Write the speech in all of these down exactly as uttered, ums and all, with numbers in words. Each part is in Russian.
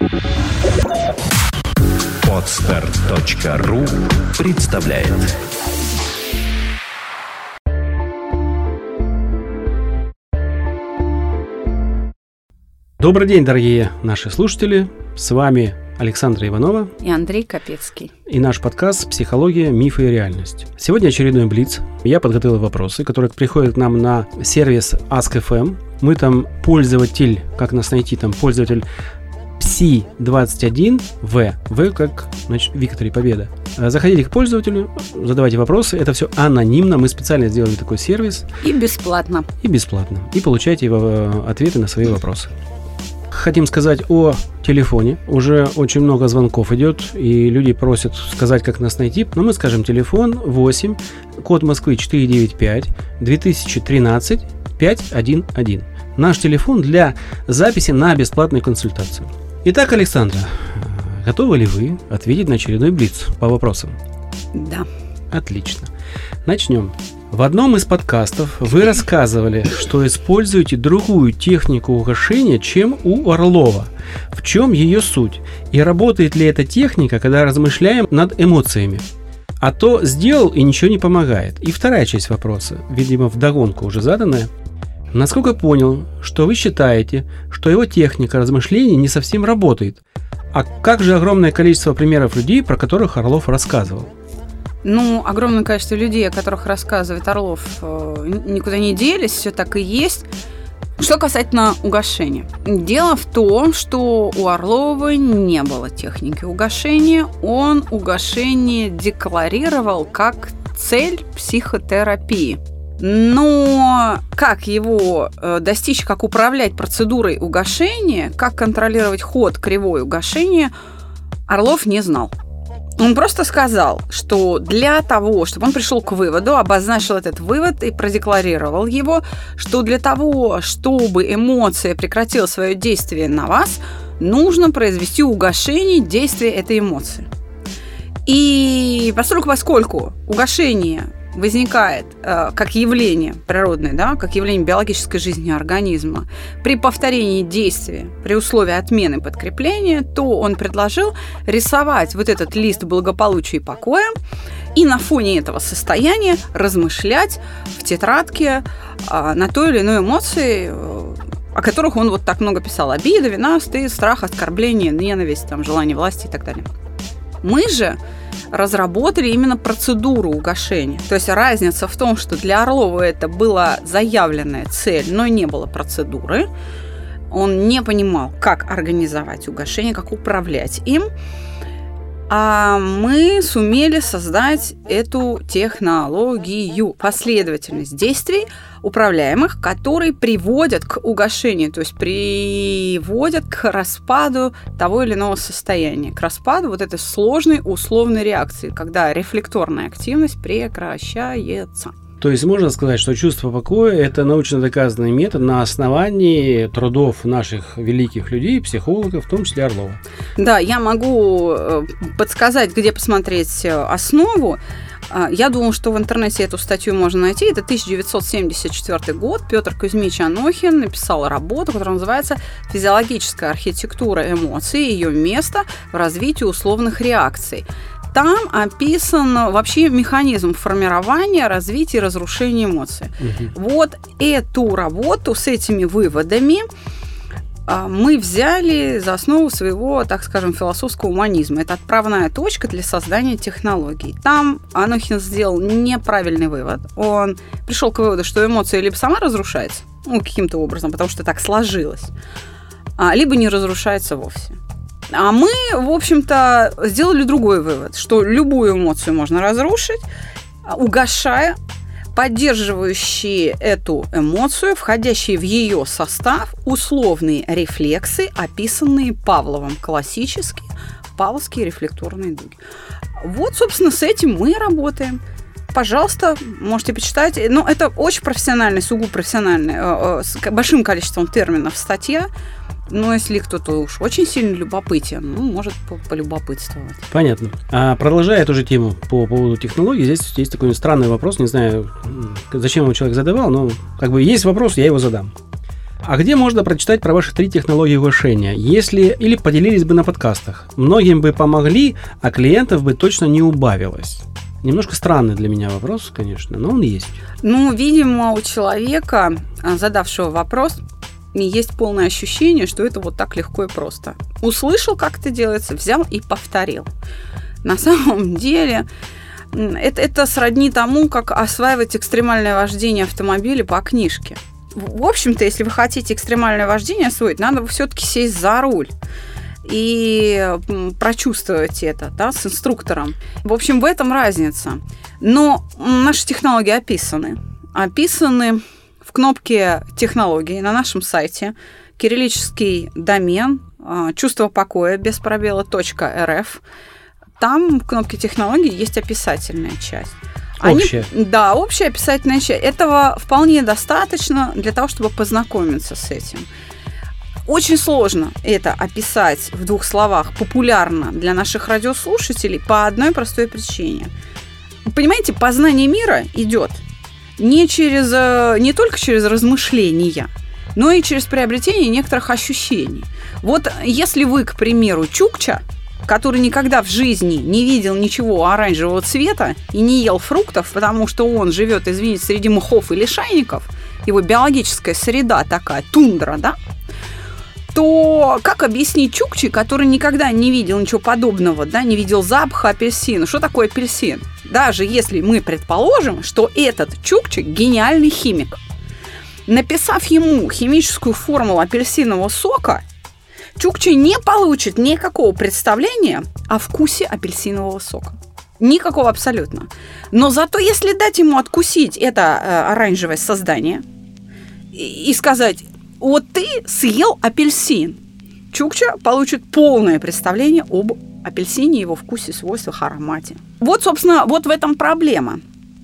Подстер точка ру представляет. Добрый день, дорогие наши слушатели. С вами Александра Иванова и Андрей Капецкий. И наш подкаст «Психология, мифы и реальность». Сегодня очередной блиц. Я подготовил вопросы, которые приходят к нам на сервис Ask эф эм. Мы там пользователь, как нас найти, там пользователь пси двадцать один вэ. вэ как, значит, Виктория Победа. Заходите к пользователю, задавайте вопросы. Это все анонимно. Мы специально сделали такой сервис. И бесплатно. И бесплатно. И получайте ответы на свои вопросы. Хотим сказать о телефоне. Уже очень много звонков идет, и люди просят сказать, как нас найти. Но мы скажем: телефон восемь, код Москвы четыреста девяносто пять, две тысячи тринадцать, пятьсот одиннадцать. Наш телефон для записи на бесплатную консультацию. Итак, Александра, готовы ли вы ответить на очередной блиц по вопросам? Да. Отлично. Начнем. В одном из подкастов вы рассказывали, что используете другую технику угошения, чем у Орлова. В чем ее суть? И работает ли эта техника, когда размышляем над эмоциями? А то сделал и ничего не помогает. И вторая часть вопроса, видимо, вдогонку уже заданная. Насколько понял, что вы считаете, что его техника размышлений не совсем работает. А как же огромное количество примеров людей, про которых Орлов рассказывал? Ну, огромное количество людей, о которых рассказывает Орлов, никуда не делись, все так и есть. Что касательно угошения. Дело в том, что у Орлова не было техники угошения. Он угошение декларировал как цель психотерапии. Но как его достичь, как управлять процедурой угошения, как контролировать ход кривой угошения, Орлов не знал. Он просто сказал, что для того, чтобы он пришел к выводу, обозначил этот вывод и продекларировал его, что для того, чтобы эмоция прекратила свое действие на вас, нужно произвести угошение действия этой эмоции. И поскольку, поскольку угошение возникает э, как явление природное, да, как явление биологической жизни организма при повторении действия, при условии отмены подкрепления, то он предложил рисовать вот этот лист благополучия и покоя и на фоне этого состояния размышлять в тетрадке э, на той или иной эмоции, э, о которых он вот так много писал: обида, вина, стыд, страх, оскорбление, ненависть, там, желание власти и так далее. Мы же разработали именно процедуру угошения. То есть разница в том, что для Орлова это была заявленная цель, но не было процедуры. Он не понимал, как организовать угошение, как управлять им. А мы сумели создать эту технологию, последовательность действий, управляемых, которые приводят к угошению, то есть приводят к распаду того или иного состояния, к распаду вот этой сложной условной реакции, когда рефлекторная активность прекращается. То есть можно сказать, что чувство покоя – это научно доказанный метод на основании трудов наших великих людей, психологов, в том числе Орлова. Да, я могу подсказать, где посмотреть основу. Я думаю, что в интернете эту статью можно найти. Это тысяча девятьсот семьдесят четвёртый год. Петр Кузьмич Анохин написал работу, которая называется «Физиологическая архитектура эмоций и ее место в развитии условных реакций». Там описан вообще механизм формирования, развития и разрушения эмоций. Угу. Вот эту работу с этими выводами мы взяли за основу своего, так скажем, философского гуманизма. Это отправная точка для создания технологий. Там Анохин сделал неправильный вывод. Он пришел к выводу, что эмоция либо сама разрушается, ну, каким-то образом, потому что так сложилось, либо не разрушается вовсе. А мы, в общем-то, сделали другой вывод, что любую эмоцию можно разрушить, угошая поддерживающие эту эмоцию, входящие в ее состав, условные рефлексы, описанные Павловым, классические павловские рефлекторные дуги. Вот, собственно, с этим мы работаем. Пожалуйста, можете почитать. Но это очень профессиональная, сугубо профессиональная, с большим количеством терминов статья. Но если кто-то уж очень сильно любопытен, ну, может полюбопытствовать. Понятно. А продолжая эту же тему по поводу технологий, здесь есть такой странный вопрос. Не знаю, зачем его человек задавал, но как бы есть вопрос, я его задам. А где можно прочитать про ваши три технологии угошения? Если или поделились бы на подкастах. Многим бы помогли, а клиентов бы точно не убавилось. Немножко странный для меня вопрос, конечно, но он есть. Ну, видимо, у человека, задавшего вопрос, есть полное ощущение, что это вот так легко и просто. Услышал, как это делается, взял и повторил. На самом деле, это, это сродни тому, как осваивать экстремальное вождение автомобиля по книжке. В общем-то, если вы хотите экстремальное вождение освоить, надо все-таки сесть за руль и прочувствовать это, да, с инструктором. В общем, в этом разница. Но наши технологии описаны. Описаны в кнопке «Технологии» на нашем сайте. Кириллический домен «Чувство покоя» без пробела .рф. Там в кнопке «Технологии» есть описательная часть. Общая. Они, да, общая описательная часть. Этого вполне достаточно для того, чтобы познакомиться с этим. Очень сложно это описать в двух словах популярно для наших радиослушателей по одной простой причине. Вы понимаете, познание мира идет не, через, не только через размышления, но и через приобретение некоторых ощущений. Вот если вы, к примеру, чукча, который никогда в жизни не видел ничего оранжевого цвета и не ел фруктов, потому что он живет, извините, среди мхов и лишайников, его биологическая среда такая, тундра, да, то как объяснить чукче, который никогда не видел ничего подобного, да, не видел запаха апельсина? Что такое апельсин? Даже если мы предположим, что этот чукче гениальный химик, написав ему химическую формулу апельсинового сока, чукче не получит никакого представления о вкусе апельсинового сока. Никакого абсолютно. Но зато если дать ему откусить это э, оранжевое создание и, и сказать: вот ты съел апельсин, чукча получит полное представление об апельсине, его вкусе, свойствах, аромате. Вот, собственно, вот в этом проблема.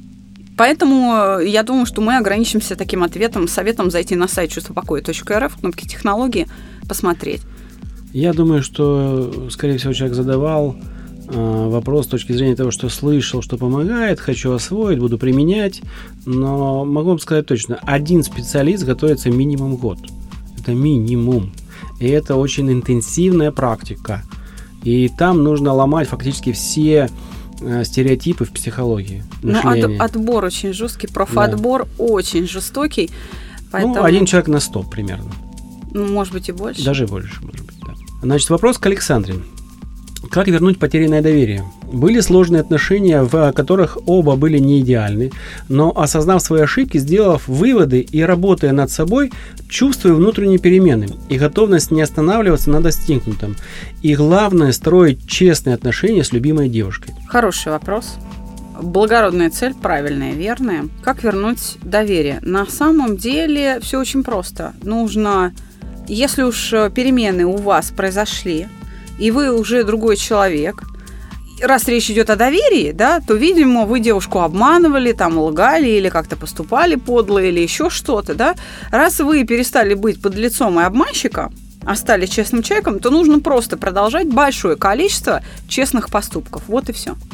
Поэтому я думаю, что мы ограничимся таким ответом, советом зайти на сайт чувство покоя точка эр эф, кнопки «Технологии», посмотреть. Я думаю, что, скорее всего, человек задавал э, вопрос с точки зрения того, что слышал, что помогает, хочу освоить, буду применять, но могу вам сказать точно, один специалист готовится минимум год. Это минимум. И это очень интенсивная практика. И там нужно ломать фактически все э, стереотипы в психологии. Ну, от, отбор очень жесткий, профотбор да. очень жестокий. Поэтому... Ну, один человек на сто примерно. Ну, может быть, и больше. Даже больше, может быть, да. Значит, вопрос к Александре. Как вернуть потерянное доверие? Были сложные отношения, в которых оба были не идеальны, но, осознав свои ошибки, сделав выводы и работая над собой, чувствуя внутренние перемены и готовность не останавливаться на достигнутом. И главное, строить честные отношения с любимой девушкой. Хороший вопрос. Благородная цель, правильная, верная. Как вернуть доверие? На самом деле все очень просто. Нужно, если уж перемены у вас произошли, и вы уже другой человек, раз речь идет о доверии, да, то, видимо, вы девушку обманывали, там, лгали или как-то поступали подло или еще что-то, да. Раз вы перестали быть подлецом и обманщиком, а стали честным человеком, то нужно просто продолжать большое количество честных поступков. Вот и все.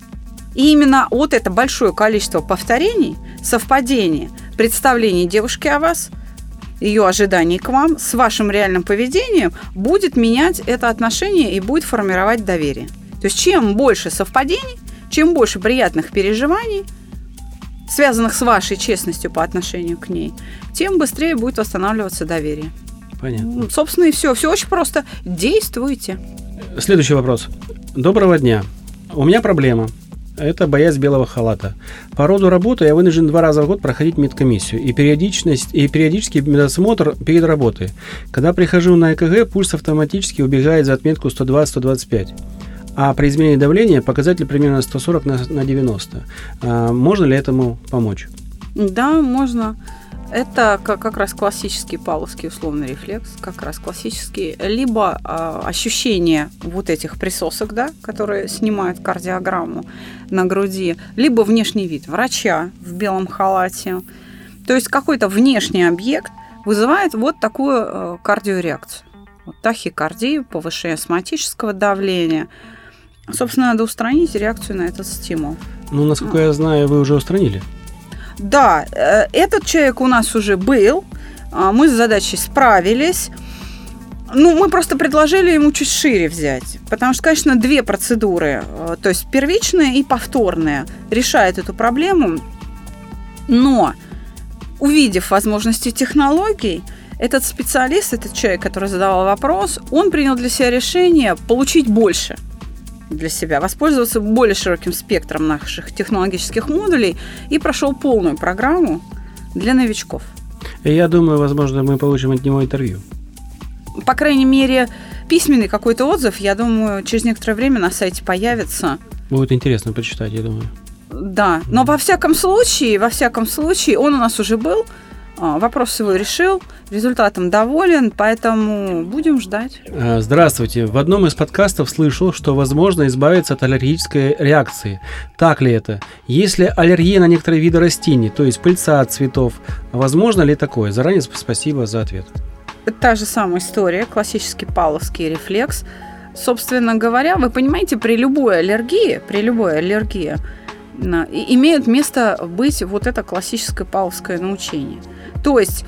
И именно вот это большое количество повторений, совпадений, представлений девушки о вас, ее ожиданий к вам с вашим реальным поведением будет менять это отношение и будет формировать доверие. То есть чем больше совпадений, чем больше приятных переживаний, связанных с вашей честностью по отношению к ней, тем быстрее будет восстанавливаться доверие. Понятно. Собственно, и все. Все очень просто. Действуйте. Следующий вопрос. Доброго дня. У меня проблема. Это боязнь белого халата. По роду работы я вынужден два раза в год проходить медкомиссию и, периодичность, и периодический медосмотр перед работой. Когда прихожу на ЭКГ, пульс автоматически убегает за отметку сто двадцать - сто двадцать пять. А при изменении давления показатель примерно сто сорок на девяносто. А можно ли этому помочь? Да, можно. Это как, как раз классический павловский условный рефлекс, как раз классический. Либо э, ощущение вот этих присосок, да, которые снимают кардиограмму на груди, либо внешний вид врача в белом халате. То есть какой-то внешний объект вызывает вот такую э, кардиореакцию. Вот тахикардию, повышение астматического давления. Собственно, надо устранить реакцию на этот стимул. Ну, насколько я знаю, вы уже устранили. Да, этот человек у нас уже был, Мы с задачей справились. Ну, мы просто предложили ему чуть шире взять. Потому что, конечно, две процедуры, то есть первичная и повторная, решают эту проблему. Но, увидев возможности технологий, этот специалист, этот человек, который задавал вопрос, он принял для себя решение получить больше для себя, воспользоваться более широким спектром наших технологических модулей и прошел полную программу для новичков. Я думаю, возможно, мы получим от него интервью. По крайней мере, письменный какой-то отзыв, я думаю, через некоторое время на сайте появится. Будет интересно почитать, я думаю. Да, но во всяком случае, во всяком случае, он у нас уже был, вопрос его решил, результатом доволен, поэтому будем ждать. Здравствуйте. В одном из подкастов слышал, что возможно избавиться от аллергической реакции. Так ли это? Есть ли аллергия на некоторые виды растений, то есть пыльца, цветов? Возможно ли такое? Заранее спасибо за ответ. Это та же самая история, классический павловский рефлекс. Собственно говоря, вы понимаете, при любой аллергии, при любой аллергии имеет место быть вот это классическое павловское научение. То есть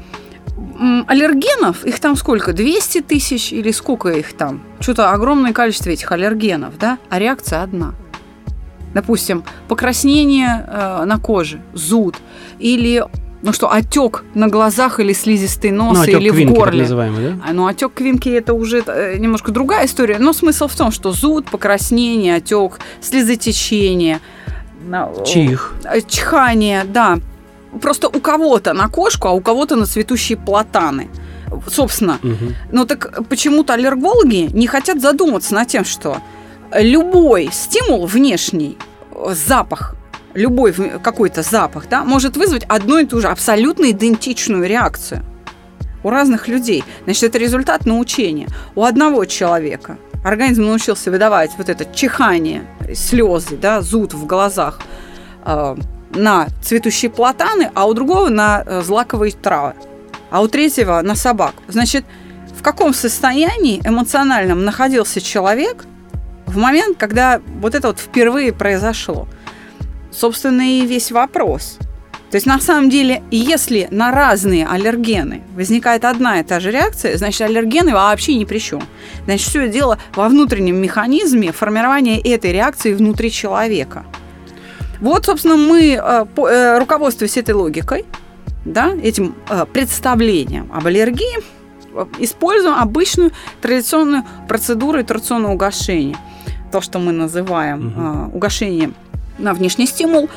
аллергенов, их там сколько? двести тысяч или сколько их там? Что-то огромное количество этих аллергенов, да? А реакция одна. Допустим, покраснение э, на коже, зуд или, ну что, отек на глазах или слизистый нос, ну, или квинки, в горле. Так называемый, да? А, ну, отек квинки – это уже немножко другая история, но смысл в том, что зуд, покраснение, отек, слезотечение, чих, чихание, да. Просто у кого-то на кошку, а у кого-то на цветущие платаны. Собственно, угу. Ну так почему-то аллергологи не хотят задуматься над тем, что любой стимул внешний, запах, любой какой-то запах, да, может вызвать одну и ту же абсолютно идентичную реакцию у разных людей. Значит, это результат научения. У одного человека организм научился выдавать вот это чихание, слезы, да, зуд в глазах э, на цветущие платаны, а у другого на э, злаковые травы, а у третьего на собак. Значит, в каком состоянии эмоциональном находился человек в момент, когда вот это вот впервые произошло? Собственно, и весь вопрос. То есть, на самом деле, если на разные аллергены возникает одна и та же реакция, значит, аллергены вообще ни при чем. Значит, все дело во внутреннем механизме формирования этой реакции внутри человека. Вот, собственно, мы, руководствуясь этой логикой, да, этим представлением об аллергии, используем обычную традиционную процедуру итерационного угошения. То, что мы называем угу. угошением на внешний стимул.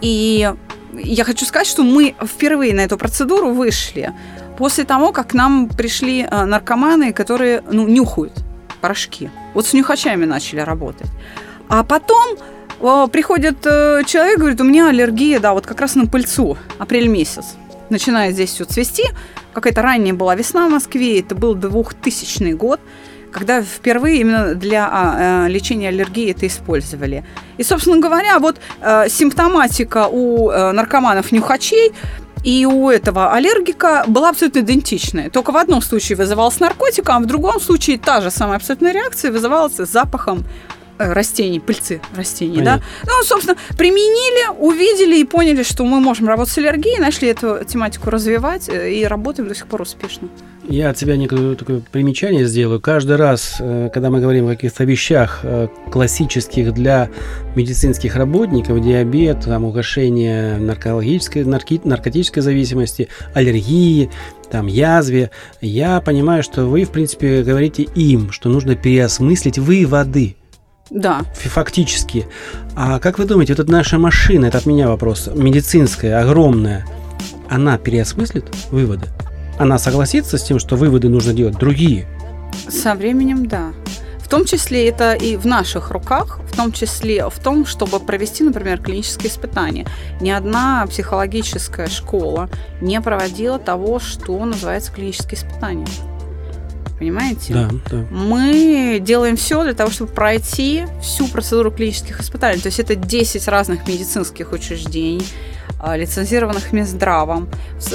И я хочу сказать, что мы впервые на эту процедуру вышли после того, как к нам пришли наркоманы, которые, ну, нюхают порошки. Вот с нюхачами начали работать. А потом приходит человек и говорит: у меня аллергия, да, вот как раз на пыльцу, апрель месяц. Начинает здесь все цвести. Какая-то ранняя была весна в Москве, это был двухтысячный год, когда впервые именно для а, лечения аллергии это использовали. И, собственно говоря, вот а, симптоматика у а, наркоманов-нюхачей и у этого аллергика была абсолютно идентичная. Только в одном случае вызывалась наркотиком, а в другом случае та же самая абсолютная реакция вызывалась запахом растений, пыльцы растений, да. Ну, собственно, применили, увидели и поняли, что мы можем работать с аллергией, начали эту тематику развивать и работаем до сих пор успешно. Я от себя некое такое примечание сделаю. Каждый раз, когда мы говорим о каких-то вещах классических для медицинских работников, диабет, там, угошение наркологической, нарки, наркотической зависимости, аллергии, там, язве, я понимаю, что вы, в принципе, говорите им, что нужно переосмыслить выводы. Да. Фактически. А как вы думаете, вот эта наша машина, это от меня вопрос, медицинская, огромная, она переосмыслит выводы? Она согласится с тем, что выводы нужно делать другие? Со временем, да. В том числе это и в наших руках, в том числе в том, чтобы провести, например, клинические испытания. Ни одна психологическая школа не проводила того, что называется клинические испытания. Понимаете? Да, да. Мы делаем все для того, чтобы пройти всю процедуру клинических испытаний. То есть это десять разных медицинских учреждений, лицензированных Минздравом.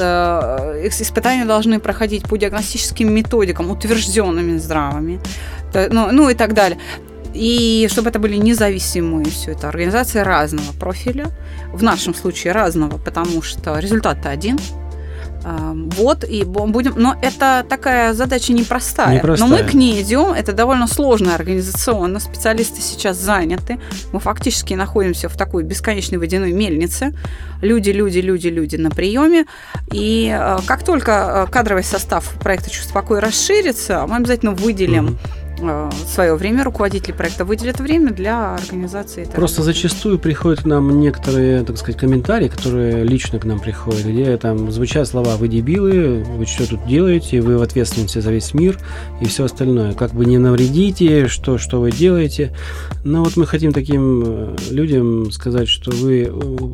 Испытания должны проходить по диагностическим методикам, утвержденным Минздравами, ну, ну и так далее. И чтобы это были независимые все это организации разного профиля, в нашем случае разного, потому что результат-то один. Вот, и будем... Но это такая задача непростая. непростая. Но мы к ней идем. Это довольно сложно организационно. Специалисты сейчас заняты. Мы фактически находимся в такой бесконечной водяной мельнице. Люди, люди, люди, люди на приеме. И как только кадровый состав проекта «Чувство покоя» расширится, мы обязательно выделим mm-hmm. свое время, руководители проекта выделят время для организации этого. Просто работы. Зачастую приходят к нам некоторые, так сказать, комментарии, которые лично к нам приходят, где там звучат слова «вы дебилы», «вы что тут делаете», «вы в ответственности за весь мир» и все остальное. Как бы не навредите, что, что вы делаете. Но вот мы хотим таким людям сказать, что вы,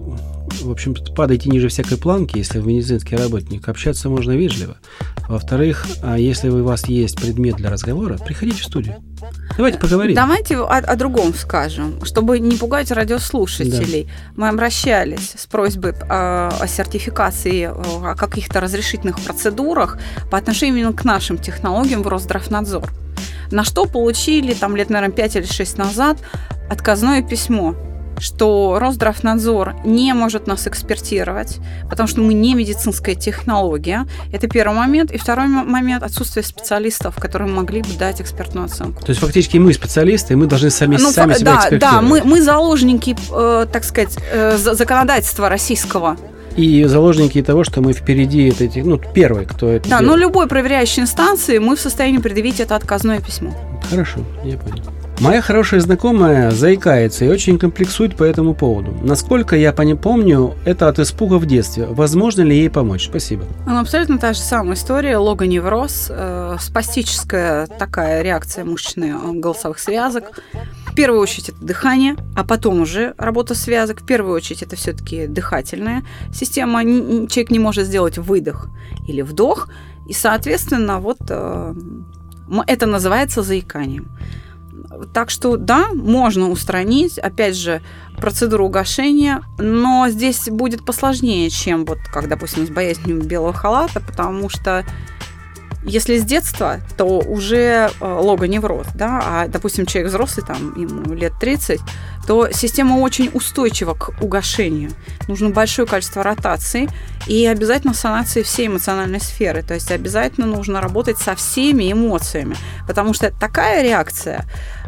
в общем-то, падаете ниже всякой планки, если вы медицинский работник. Общаться можно вежливо. Во-вторых, а если у вас есть предмет для разговора, приходите в студию. Давайте поговорим. Давайте о, о другом скажем, чтобы не пугать радиослушателей. Да. Мы обращались с просьбой о, о сертификации, о каких-то разрешительных процедурах по отношению именно к нашим технологиям в Росздравнадзор. На что получили там лет, наверное, пять или шесть назад отказное письмо, что Росздравнадзор не может нас экспертировать, потому что мы не медицинская технология. Это первый момент. И второй момент – отсутствие специалистов, которые могли бы дать экспертную оценку. То есть фактически мы специалисты, и мы должны сами, ну, сами себя да, экспертировать. Да, мы, мы заложники, э, так сказать, э, законодательства российского. И заложники того, что мы впереди, это, ну, первые, кто это Да, делает. но любой проверяющей инстанции мы в состоянии предъявить это отказное письмо. Хорошо, я понял. Моя хорошая знакомая заикается и очень комплексует по этому поводу. Насколько я помню, это от испуга в детстве. Возможно ли ей помочь? Спасибо. Ну, абсолютно та же самая история. Логоневроз, э, спастическая такая реакция мышечных голосовых связок. В первую очередь это дыхание, а потом уже работа связок. В первую очередь это все-таки дыхательная система. Человек не может сделать выдох или вдох. И, соответственно, вот э, это называется заиканием. Так что, да, можно устранить, опять же, процедуру угошения, но здесь будет посложнее, чем вот, как, допустим, с боязнью белого халата, потому что если с детства, то уже логоневроз, да, а, допустим, человек взрослый, там, ему лет тридцать, то система очень устойчива к угошению. Нужно большое количество ротаций и обязательно санации всей эмоциональной сферы. То есть обязательно нужно работать со всеми эмоциями, потому что такая реакция,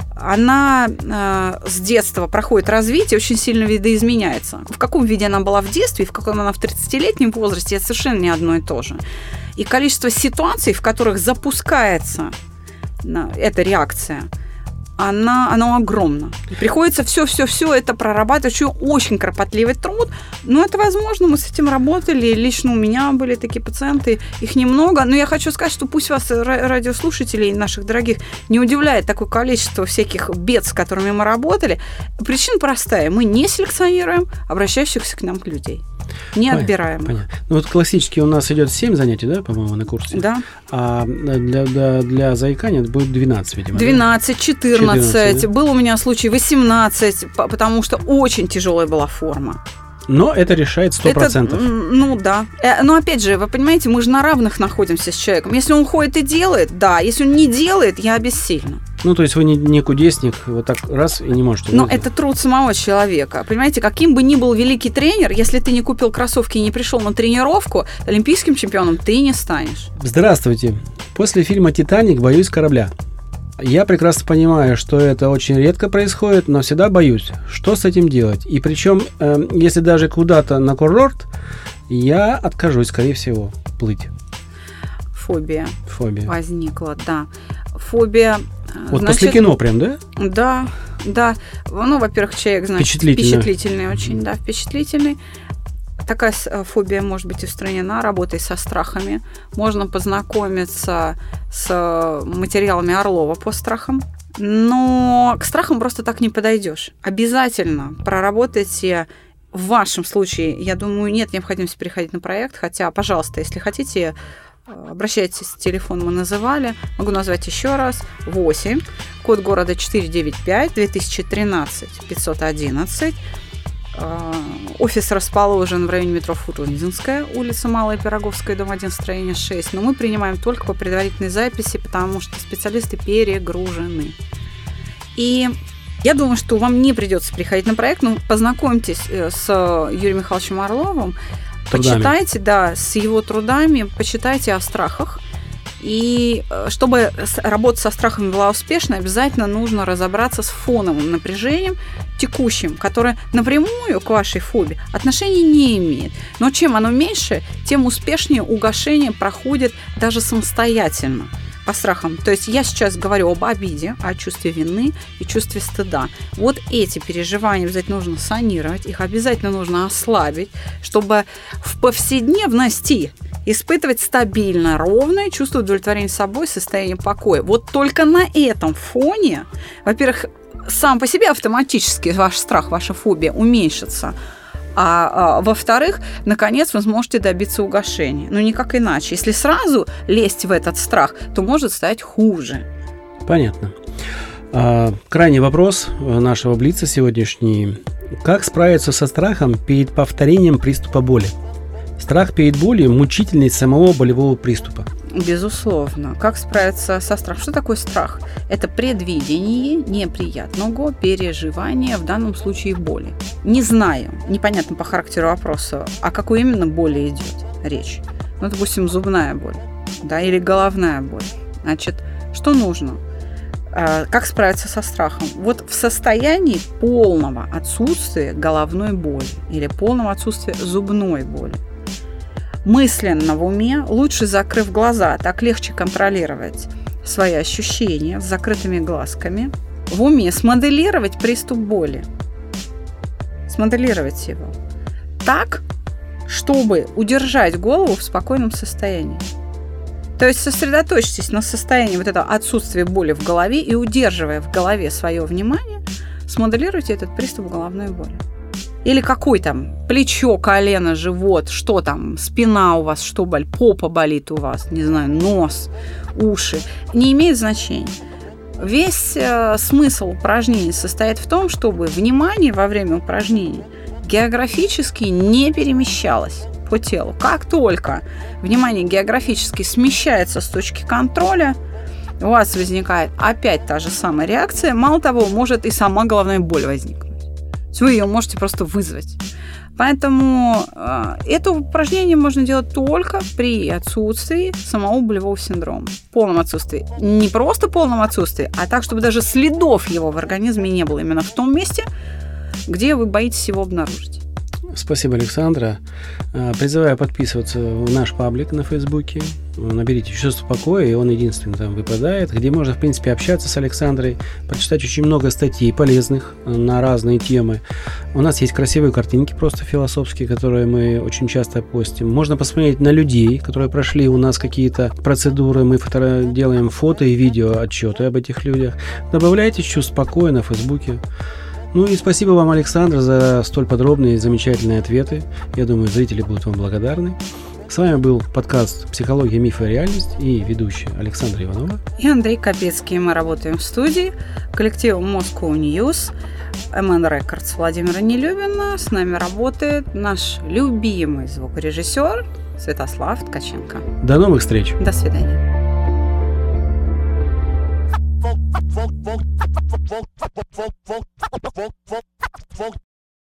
она э, с детства проходит развитие, очень сильно видоизменяется. В каком виде она была в детстве и в каком она в тридцатилетнем возрасте, это совершенно не одно и то же. И количество ситуаций, в которых запускается эта реакция, она, она огромна. И приходится все-все-все это прорабатывать, очень, очень кропотливый труд, но это возможно, мы с этим работали, лично у меня были такие пациенты, их немного, но я хочу сказать, что пусть вас, радиослушателей наших дорогих, не удивляет такое количество всяких бед, с которыми мы работали. Причина простая, мы не селекционируем обращающихся к нам людей. Не отбираем. Понятно. Ну вот классически у нас идет семь занятий, да, по-моему, на курсе? Да. А для, для, для заикания будет двенадцать, видимо. двенадцать, четырнадцать. четырнадцать, да? Был у меня случай восемнадцать, потому что очень тяжелая была форма. Но это решает сто процентов. Это, ну да. Но опять же, вы понимаете, мы же на равных находимся с человеком. Если он ходит и делает, да. Если он не делает, я бессильна. Ну, то есть вы не, не кудесник, вот так раз и не можете. Но это труд самого человека. Понимаете, каким бы ни был великий тренер, если ты не купил кроссовки и не пришел на тренировку, олимпийским чемпионом ты не станешь. Здравствуйте. После фильма «Титаник» боюсь корабля. Я прекрасно понимаю, что это очень редко происходит, но всегда боюсь, что с этим делать. И причем, э, если даже куда-то на курорт, я откажусь, скорее всего, плыть. Фобия. Фобия. Возникла, да. Фобия. Вот значит, после кино прям, да? Да, да. Ну, во-первых, человек, значит, впечатлительный. впечатлительный очень, да, впечатлительный. Такая фобия может быть устранена работой со страхами. Можно познакомиться с материалами Орлова по страхам. Но к страхам просто так не подойдешь. Обязательно проработайте. В вашем случае, я думаю, нет необходимости переходить на проект. Хотя, пожалуйста, если хотите, обращайтесь, телефон мы называли. Могу назвать еще раз. восемь, код города четыре девять пять, две тысячи тринадцать, пятьсот одиннадцать. Офис расположен в районе метро Фрунзенская, улица Малая Пироговская, дом один, строение шесть. Но мы принимаем только по предварительной записи, потому что специалисты перегружены. И я думаю, что вам не придется приходить на проект, но познакомьтесь с Юрием Михайловичем Орловым. трудами. Почитайте, да, с его трудами, почитайте о страхах. И чтобы работать со страхами была успешной, обязательно нужно разобраться с фоновым напряжением текущим, которое напрямую к вашей фобии отношения не имеет. Но чем оно меньше, тем успешнее угошение проходит даже самостоятельно по страхам. То есть я сейчас говорю об обиде, о чувстве вины и чувстве стыда. Вот эти переживания обязательно нужно санировать, их обязательно нужно ослабить, чтобы в повседневности испытывать стабильно, ровное чувство удовлетворения собой, состояние покоя. Вот только на этом фоне, во-первых, сам по себе автоматически ваш страх, ваша фобия уменьшится. А, а во-вторых, наконец вы сможете добиться угошения. Но никак иначе. Если сразу лезть в этот страх, то может стать хуже. Понятно. А, крайний вопрос нашего блица сегодняшний. Как справиться со страхом перед повторением приступа боли? Страх перед болью мучительнее самого болевого приступа. Безусловно. Как справиться со страхом? Что такое страх? Это предвидение неприятного переживания, в данном случае боли. Не знаю, непонятно по характеру вопроса, о какой именно боли идет речь. Ну, допустим, зубная боль, да, или головная боль. Значит, что нужно? Как справиться со страхом? Вот в состоянии полного отсутствия головной боли или полного отсутствия зубной боли. Мысленно в уме, лучше закрыв глаза, так легче контролировать свои ощущения с закрытыми глазками. В уме смоделировать приступ боли. Смоделировать его. Так, чтобы удержать голову в спокойном состоянии. То есть сосредоточьтесь на состоянии вот этого отсутствия боли в голове и, удерживая в голове свое внимание, смоделируйте этот приступ головной боли. Или какой там, плечо, колено, живот, что там, спина у вас, что болит, попа болит у вас, не знаю, нос, уши. Не имеет значения. Весь э, смысл упражнений состоит в том, чтобы внимание во время упражнений географически не перемещалось по телу. Как только внимание географически смещается с точки контроля, у вас возникает опять та же самая реакция. Мало того, может и сама головная боль возникнуть. Вы ее можете просто вызвать. Поэтому э, это упражнение можно делать только при отсутствии самого болевого синдрома. В полном отсутствии. Не просто в полном отсутствии, а так, чтобы даже следов его в организме не было именно в том месте, где вы боитесь его обнаружить. Спасибо, Александра. Призываю подписываться в наш паблик на Фейсбуке. Наберите «Чувство покоя», и он единственный там выпадает, где можно, в принципе, общаться с Александрой, прочитать очень много статей полезных на разные темы. У нас есть красивые картинки просто философские, которые мы очень часто постим. Можно посмотреть на людей, которые прошли у нас какие-то процедуры. Мы фото- делаем фото и видео отчеты об этих людях. Добавляйте «Чувство покоя» на Фейсбуке. Ну и спасибо вам, Александр, за столь подробные и замечательные ответы. Я думаю, зрители будут вам благодарны. С вами был подкаст «Психология, мифы и реальность» и ведущий Александра Иванова и Андрей Капецкий. Мы работаем в студии коллектива Moscow News, эм эн Records Владимира Нелюбина. С нами работает наш любимый звукорежиссер Святослав Ткаченко. До новых встреч. До свидания. Folk, folk, folk, folk, folk, folk, folk, folk, folk.